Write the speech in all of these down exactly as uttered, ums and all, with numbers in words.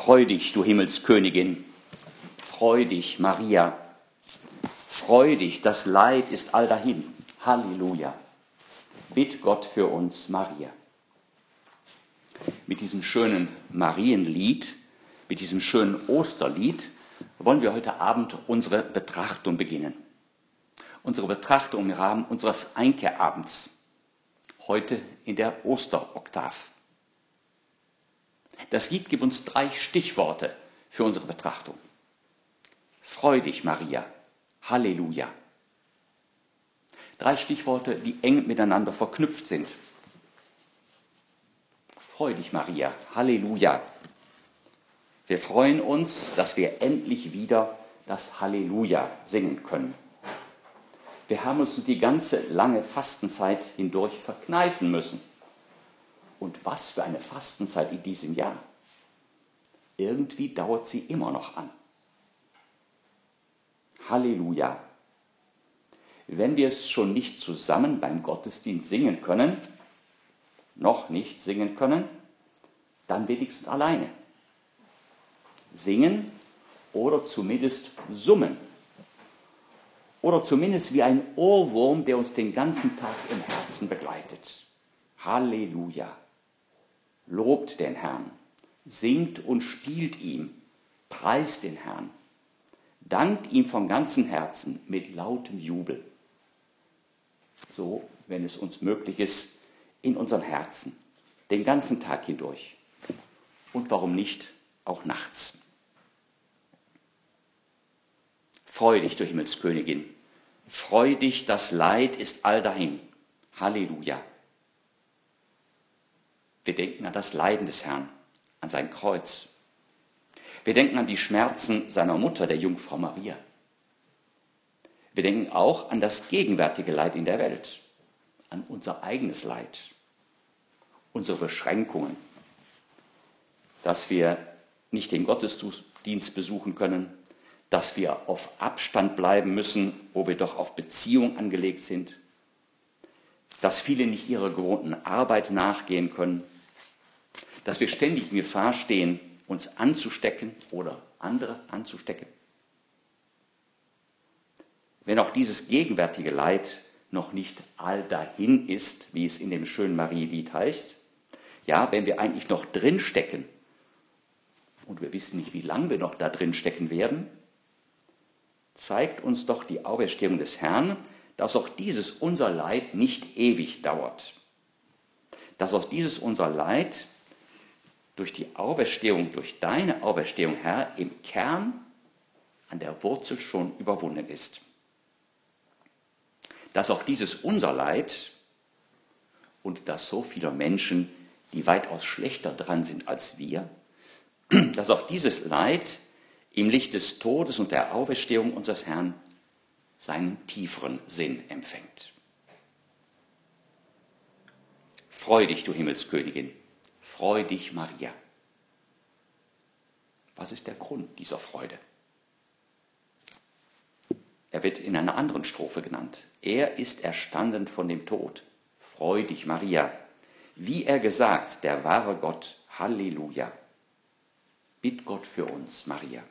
Freu dich, du Himmelskönigin, freu dich, Maria, freu dich, das Leid ist all dahin. Halleluja. Bitt Gott für uns, Maria. Mit diesem schönen Marienlied, mit diesem schönen Osterlied wollen wir heute Abend unsere Betrachtung beginnen. Unsere Betrachtung im Rahmen unseres Einkehrabends, heute in der Osteroktav. Das Lied gibt uns drei Stichworte für unsere Betrachtung. Freu dich, Maria, Halleluja. Drei Stichworte, die eng miteinander verknüpft sind. Freu dich, Maria, Halleluja. Wir freuen uns, dass wir endlich wieder das Halleluja singen können. Wir haben uns die ganze lange Fastenzeit hindurch verkneifen müssen. Und was für eine Fastenzeit in diesem Jahr. Irgendwie dauert sie immer noch an. Halleluja. Wenn wir es schon nicht zusammen beim Gottesdienst singen können, noch nicht singen können, dann wenigstens alleine. Singen oder zumindest summen. Oder zumindest wie ein Ohrwurm, der uns den ganzen Tag im Herzen begleitet. Halleluja. Lobt den Herrn, singt und spielt ihm, preist den Herrn, dankt ihm von ganzem Herzen mit lautem Jubel. So, wenn es uns möglich ist, in unseren Herzen, den ganzen Tag hindurch. Und warum nicht auch nachts. Freu dich, du Himmelskönigin, freu dich, das Leid ist all dahin. Halleluja. Wir denken an das Leiden des Herrn, an sein Kreuz. Wir denken an die Schmerzen seiner Mutter, der Jungfrau Maria. Wir denken auch an das gegenwärtige Leid in der Welt, an unser eigenes Leid, unsere Beschränkungen, dass wir nicht den Gottesdienst besuchen können, dass wir auf Abstand bleiben müssen, wo wir doch auf Beziehung angelegt sind, dass viele nicht ihrer gewohnten Arbeit nachgehen können, dass wir ständig in Gefahr stehen, uns anzustecken oder andere anzustecken. Wenn auch dieses gegenwärtige Leid noch nicht all dahin ist, wie es in dem schönen Marienlied heißt, ja, wenn wir eigentlich noch drinstecken und wir wissen nicht, wie lange wir noch da drin stecken werden, zeigt uns doch die Auferstehung des Herrn, dass auch dieses unser Leid nicht ewig dauert. Dass auch dieses unser Leid durch die Auferstehung, durch deine Auferstehung, Herr, im Kern an der Wurzel schon überwunden ist. Dass auch dieses unser Leid und dass so viele Menschen, die weitaus schlechter dran sind als wir, dass auch dieses Leid im Licht des Todes und der Auferstehung unseres Herrn seinen tieferen Sinn empfängt. Freu dich, du Himmelskönigin, freu dich, Maria. Was ist der Grund dieser Freude? Er wird in einer anderen Strophe genannt. Er ist erstanden von dem Tod. Freu dich, Maria. Wie er gesagt, der wahre Gott, Halleluja. Bitt Gott für uns, Maria.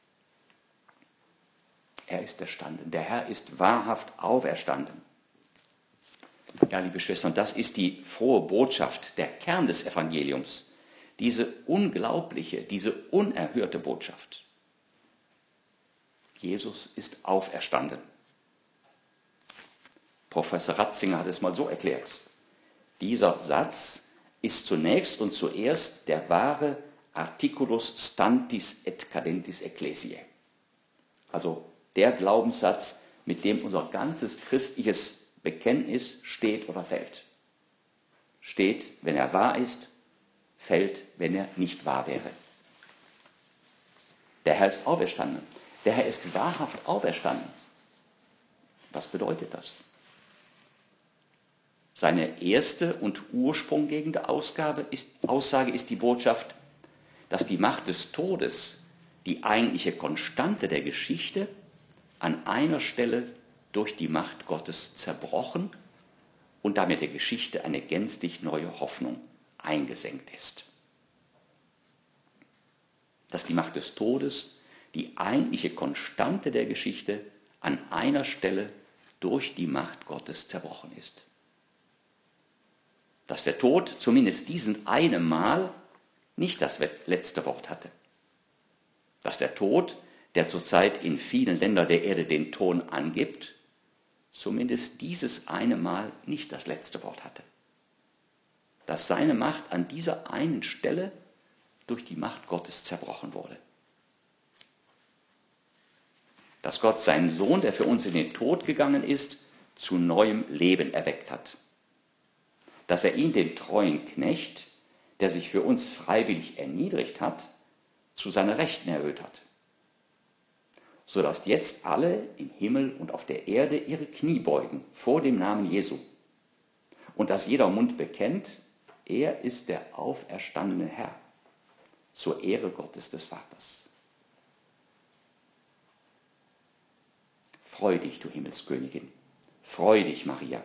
Er ist erstanden. Der Herr ist wahrhaft auferstanden. Ja, liebe Schwestern, das ist die frohe Botschaft, der Kern des Evangeliums. Diese unglaubliche, diese unerhörte Botschaft. Jesus ist auferstanden. Professor Ratzinger hat es mal so erklärt. Dieser Satz ist zunächst und zuerst der wahre Articulus stantis et cadentis ecclesiae. Also der Glaubenssatz, mit dem unser ganzes christliches Bekenntnis steht oder fällt. Steht, wenn er wahr ist, fällt, wenn er nicht wahr wäre. Der Herr ist auferstanden. Der Herr ist wahrhaft auferstanden. Was bedeutet das? Seine erste und ursprunggebende Ausgabe ist, Aussage ist die Botschaft, dass die Macht des Todes, die eigentliche Konstante der Geschichte, an einer Stelle durch die Macht Gottes zerbrochen und damit der Geschichte eine gänzlich neue Hoffnung eingesenkt ist. dass die Macht des Todes, die eigentliche Konstante der Geschichte, an einer Stelle durch die Macht Gottes zerbrochen ist. Dass der Tod zumindest diesen einen Mal nicht das letzte Wort hatte. Dass der Tod, der zurzeit in vielen Ländern der Erde den Ton angibt, zumindest dieses eine Mal nicht das letzte Wort hatte. Dass seine Macht an dieser einen Stelle durch die Macht Gottes zerbrochen wurde. Dass Gott seinen Sohn, der für uns in den Tod gegangen ist, zu neuem Leben erweckt hat. Dass er ihn, den treuen Knecht, der sich für uns freiwillig erniedrigt hat, zu seiner Rechten erhöht hat. Sodass jetzt alle im Himmel und auf der Erde ihre Knie beugen vor dem Namen Jesu. Und dass jeder Mund bekennt, er ist der auferstandene Herr, zur Ehre Gottes des Vaters. Freu dich, du Himmelskönigin, freu dich, Maria.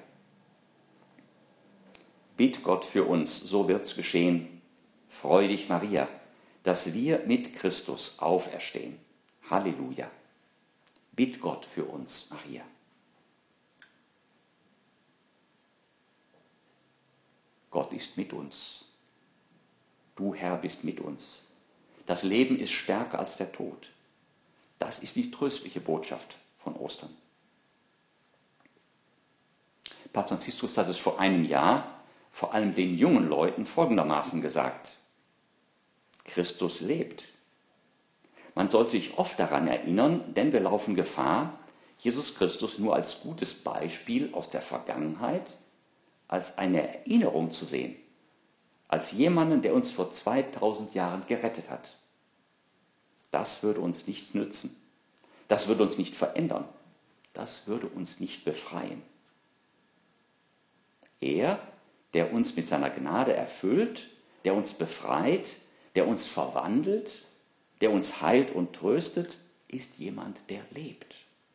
Bitt Gott für uns, so wird's geschehen. Freu dich, Maria, dass wir mit Christus auferstehen. Halleluja. Bitt Gott für uns, Maria. Gott ist mit uns. Du, Herr, bist mit uns. Das Leben ist stärker als der Tod. Das ist die tröstliche Botschaft von Ostern. Papst Franziskus hat es vor einem Jahr vor allem den jungen Leuten folgendermaßen gesagt: Christus lebt. Man sollte sich oft daran erinnern, denn wir laufen Gefahr, Jesus Christus nur als gutes Beispiel aus der Vergangenheit, als eine Erinnerung zu sehen, als jemanden, der uns vor zweitausend Jahren gerettet hat. Das würde uns nichts nützen. Das würde uns nicht verändern. Das würde uns nicht befreien. Er, der uns mit seiner Gnade erfüllt, der uns befreit, der uns verwandelt, der uns heilt und tröstet, ist jemand, der lebt.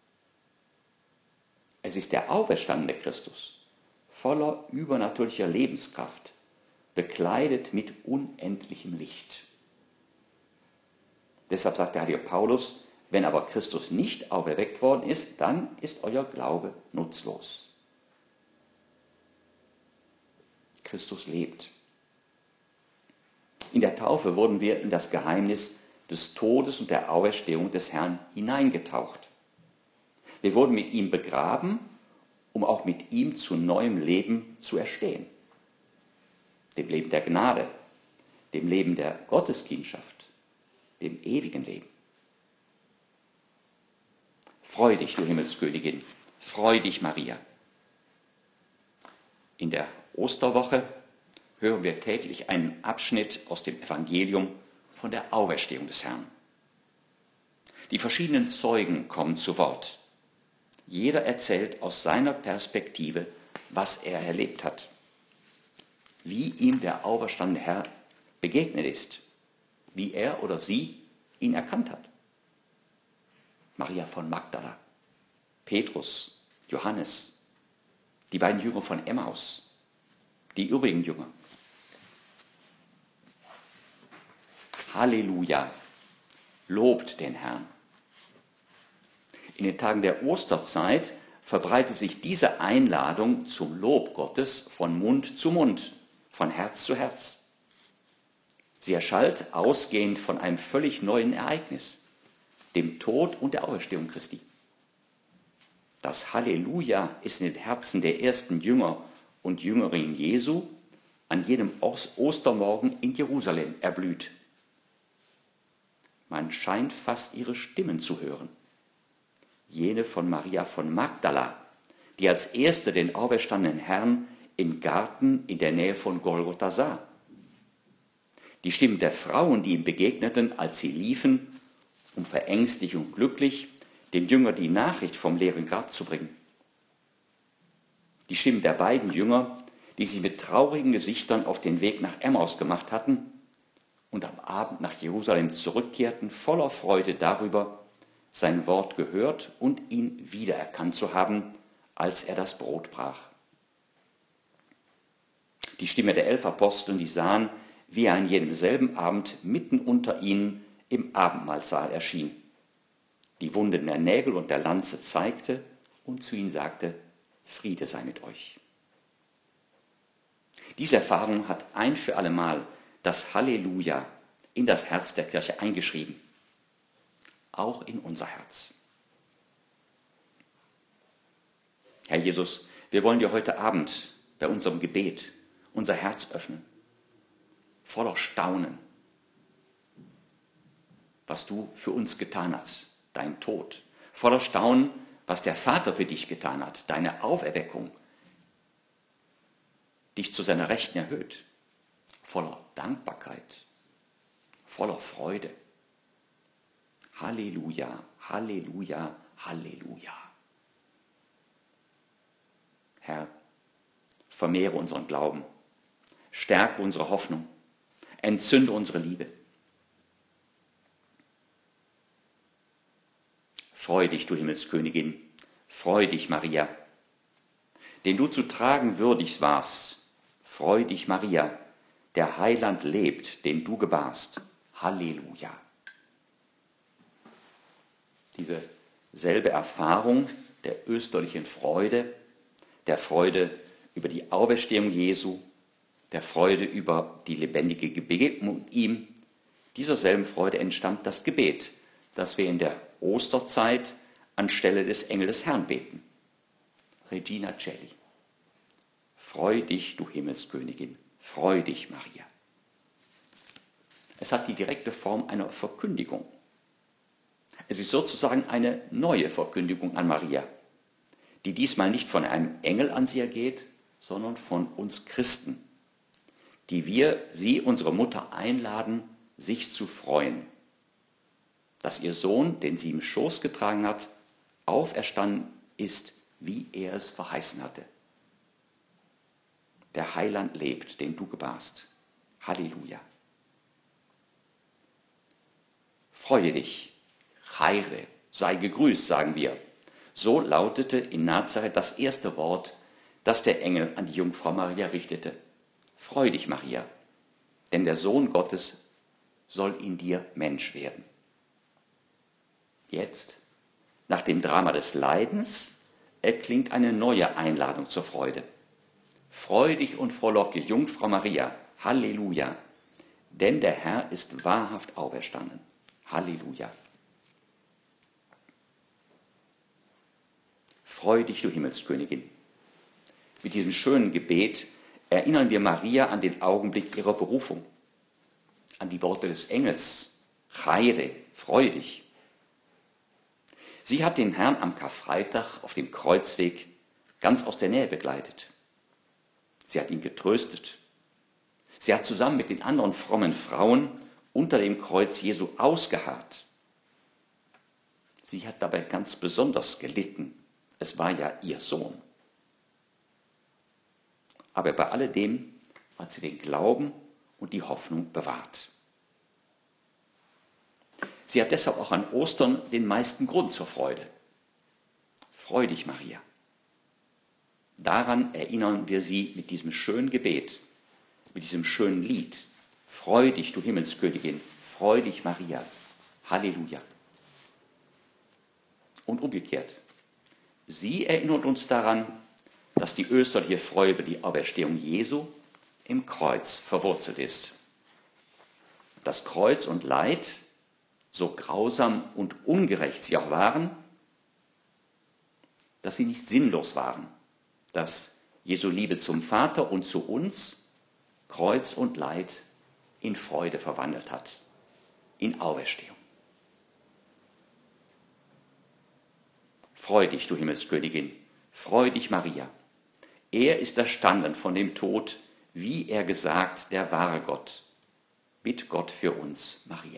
Es ist der auferstandene Christus, voller übernatürlicher Lebenskraft, bekleidet mit unendlichem Licht. Deshalb sagt der heilige Paulus: Wenn aber Christus nicht auferweckt worden ist, dann ist euer Glaube nutzlos. Christus lebt. In der Taufe wurden wir in das Geheimnis des Todes und der Auferstehung des Herrn hineingetaucht. Wir wurden mit ihm begraben, um auch mit ihm zu neuem Leben zu erstehen. Dem Leben der Gnade, dem Leben der Gotteskindschaft, dem ewigen Leben. Freu dich, du Himmelskönigin, freu dich, Maria. In der Osterwoche hören wir täglich einen Abschnitt aus dem Evangelium von der Auferstehung des Herrn. Die verschiedenen Zeugen kommen zu Wort. Jeder erzählt aus seiner Perspektive, was er erlebt hat, wie ihm der auferstandene Herr begegnet ist, wie er oder sie ihn erkannt hat. Maria von Magdala, Petrus, Johannes, die beiden Jünger von Emmaus, die übrigen Jünger. Halleluja, lobt den Herrn. In den Tagen der Osterzeit verbreitet sich diese Einladung zum Lob Gottes von Mund zu Mund, von Herz zu Herz. Sie erschallt ausgehend von einem völlig neuen Ereignis, dem Tod und der Auferstehung Christi. Das Halleluja ist in den Herzen der ersten Jünger und Jüngerinnen Jesu an jenem Ostermorgen in Jerusalem erblüht. Man scheint fast ihre Stimmen zu hören. Jene von Maria von Magdala, die als erste den auferstandenen Herrn im Garten in der Nähe von Golgotha sah. Die Stimmen der Frauen, die ihm begegneten, als sie liefen, um verängstigt und glücklich dem Jünger die Nachricht vom leeren Grab zu bringen. Die Stimmen der beiden Jünger, die sich mit traurigen Gesichtern auf den Weg nach Emmaus gemacht hatten und am Abend nach Jerusalem zurückkehrten, voller Freude darüber, sein Wort gehört und ihn wiedererkannt zu haben, als er das Brot brach. Die Stimme der elf Aposteln, die sahen, wie er an jenem selben Abend mitten unter ihnen im Abendmahlsaal erschien, die Wunden der Nägel und der Lanze zeigte und zu ihnen sagte, Friede sei mit euch. Diese Erfahrung hat ein für allemal das Halleluja in das Herz der Kirche eingeschrieben, auch in unser Herz. Herr Jesus, wir wollen dir heute Abend bei unserem Gebet unser Herz öffnen, voller Staunen, was du für uns getan hast, dein Tod, voller Staunen, was der Vater für dich getan hat, deine Auferweckung, dich zu seiner Rechten erhöht, voller Dankbarkeit, voller Freude. Halleluja, Halleluja, Halleluja. Herr, vermehre unseren Glauben, stärke unsere Hoffnung, entzünde unsere Liebe. Freu dich, du Himmelskönigin, freu dich, Maria, den du zu tragen würdig warst. Freu dich, Maria, der Heiland lebt, den du gebarst. Halleluja. Diese selbe Erfahrung der österlichen Freude, der Freude über die Auferstehung Jesu, der Freude über die lebendige Begegnung mit ihm, dieser selben Freude entstammt das Gebet, das wir in der Osterzeit anstelle des Engel des Herrn beten. Regina Coeli. Freu dich, du Himmelskönigin, freu dich, Maria. Es hat die direkte Form einer Verkündigung. Es ist sozusagen eine neue Verkündigung an Maria, die diesmal nicht von einem Engel an sie ergeht, sondern von uns Christen, die wir sie, unsere Mutter, einladen, sich zu freuen, dass ihr Sohn, den sie im Schoß getragen hat, auferstanden ist, wie er es verheißen hatte. Der Heiland lebt, den du gebarst. Halleluja. Freue dich, Chaire, sei gegrüßt, sagen wir. So lautete in Nazareth das erste Wort, das der Engel an die Jungfrau Maria richtete. Freu dich, Maria, denn der Sohn Gottes soll in dir Mensch werden. Jetzt, nach dem Drama des Leidens, erklingt eine neue Einladung zur Freude. Freu dich und frohlocke, Jungfrau Maria, Halleluja, denn der Herr ist wahrhaft auferstanden. Halleluja. Freu dich, du Himmelskönigin. Mit diesem schönen Gebet erinnern wir Maria an den Augenblick ihrer Berufung, an die Worte des Engels, Chaire, freu dich. Sie hat den Herrn am Karfreitag auf dem Kreuzweg ganz aus der Nähe begleitet. Sie hat ihn getröstet. Sie hat zusammen mit den anderen frommen Frauen unter dem Kreuz Jesu ausgeharrt. Sie hat dabei ganz besonders gelitten. Es war ja ihr Sohn. Aber bei alledem hat sie den Glauben und die Hoffnung bewahrt. Sie hat deshalb auch an Ostern den meisten Grund zur Freude. Freu dich, Maria. Daran erinnern wir sie mit diesem schönen Gebet, mit diesem schönen Lied. Freu dich, du Himmelskönigin, freu dich, Maria. Halleluja. Und umgekehrt. Sie erinnert uns daran, dass die österliche Freude über die Auferstehung Jesu im Kreuz verwurzelt ist. Das Kreuz und Leid, so grausam und ungerecht sie auch waren, dass sie nicht sinnlos waren, dass Jesu Liebe zum Vater und zu uns Kreuz und Leid in Freude verwandelt hat, in Auferstehung. Freu dich, du Himmelskönigin, freu dich, Maria. Er ist erstanden von dem Tod, wie er gesagt, der wahre Gott. Bitt Gott für uns, Maria.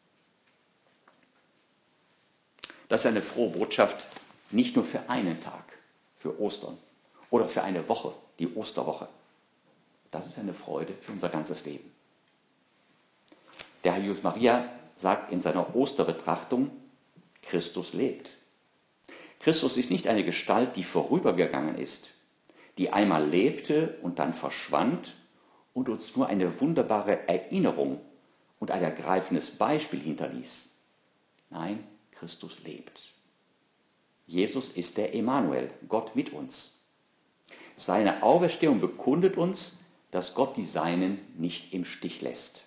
Das ist eine frohe Botschaft, nicht nur für einen Tag, für Ostern oder für eine Woche, die Osterwoche. Das ist eine Freude für unser ganzes Leben. Der Herr Jesus Maria sagt in seiner Osterbetrachtung, Christus lebt. Christus ist nicht eine Gestalt, die vorübergegangen ist, die einmal lebte und dann verschwand und uns nur eine wunderbare Erinnerung und ein ergreifendes Beispiel hinterließ. Nein, Christus lebt. Jesus ist der Emmanuel, Gott mit uns. Seine Auferstehung bekundet uns, dass Gott die Seinen nicht im Stich lässt.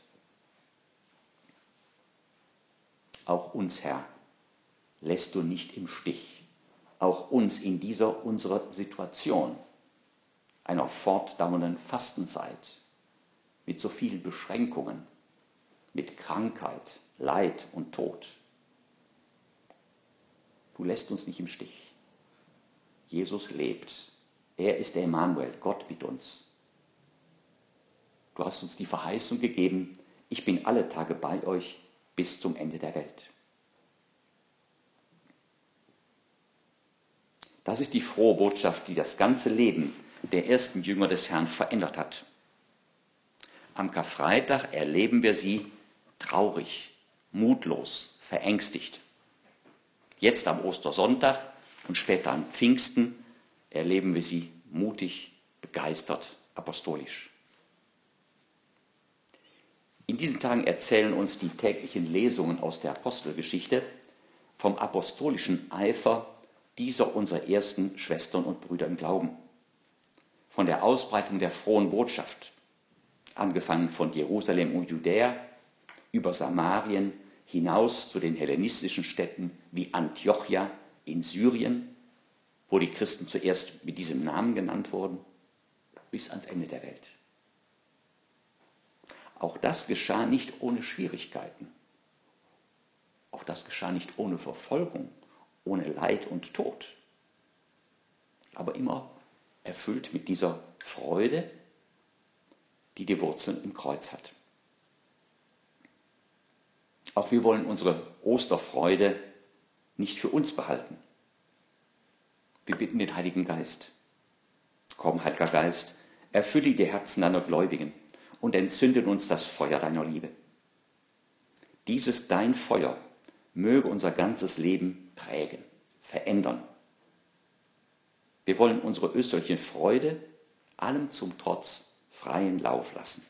Auch uns, Herr, lässt du nicht im Stich. Auch uns in dieser unserer Situation, einer fortdauernden Fastenzeit, mit so vielen Beschränkungen, mit Krankheit, Leid und Tod. Du lässt uns nicht im Stich. Jesus lebt. Er ist der Emmanuel, Gott mit uns. Du hast uns die Verheißung gegeben, ich bin alle Tage bei euch bis zum Ende der Welt. Das ist die frohe Botschaft, die das ganze Leben der ersten Jünger des Herrn verändert hat. Am Karfreitag erleben wir sie traurig, mutlos, verängstigt. Jetzt am Ostersonntag und später an Pfingsten erleben wir sie mutig, begeistert, apostolisch. In diesen Tagen erzählen uns die täglichen Lesungen aus der Apostelgeschichte vom apostolischen Eifer dieser unserer ersten Schwestern und Brüder im Glauben, von der Ausbreitung der frohen Botschaft, angefangen von Jerusalem und Judäa, über Samarien hinaus zu den hellenistischen Städten wie Antiochia in Syrien, wo die Christen zuerst mit diesem Namen genannt wurden, bis ans Ende der Welt. Auch das geschah nicht ohne Schwierigkeiten. Auch das geschah nicht ohne Verfolgung, ohne Leid und Tod. Aber immer erfüllt mit dieser Freude, die die Wurzeln im Kreuz hat. Auch wir wollen unsere Osterfreude nicht für uns behalten. Wir bitten den Heiligen Geist. Komm, Heiliger Geist, erfülle die Herzen deiner Gläubigen und entzünde uns das Feuer deiner Liebe. Dieses dein Feuer möge unser ganzes Leben prägen, verändern. Wir wollen unsere österliche Freude allem zum Trotz freien Lauf lassen.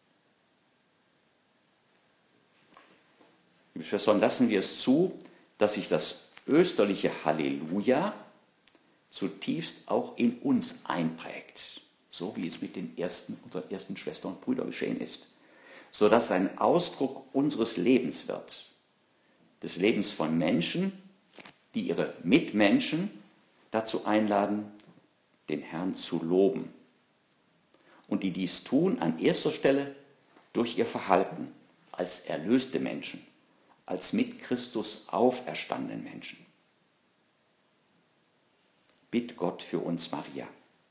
Liebe Schwestern, lassen wir es zu, dass sich das österliche Halleluja zutiefst auch in uns einprägt, so wie es mit den ersten, unseren ersten Schwestern und Brüdern geschehen ist, sodass ein Ausdruck unseres Lebens wird, des Lebens von Menschen, die ihre Mitmenschen dazu einladen, den Herrn zu loben und die dies tun an erster Stelle durch ihr Verhalten als erlöste Menschen, als mit Christus auferstandene Menschen. Bitt Gott für uns, Maria.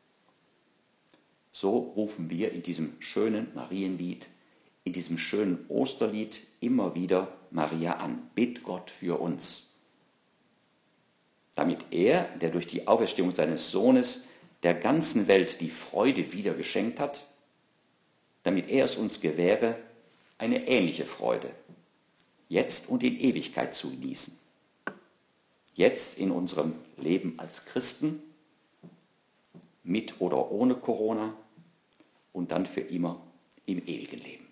So rufen wir in diesem schönen Marienlied, in diesem schönen Osterlied immer wieder Maria an. Bitt Gott für uns. Damit er, der durch die Auferstehung seines Sohnes der ganzen Welt die Freude wieder geschenkt hat, damit er es uns gewähre, eine ähnliche Freude jetzt und in Ewigkeit zu genießen. Jetzt in unserem Leben als Christen, mit oder ohne Corona und dann für immer im ewigen Leben.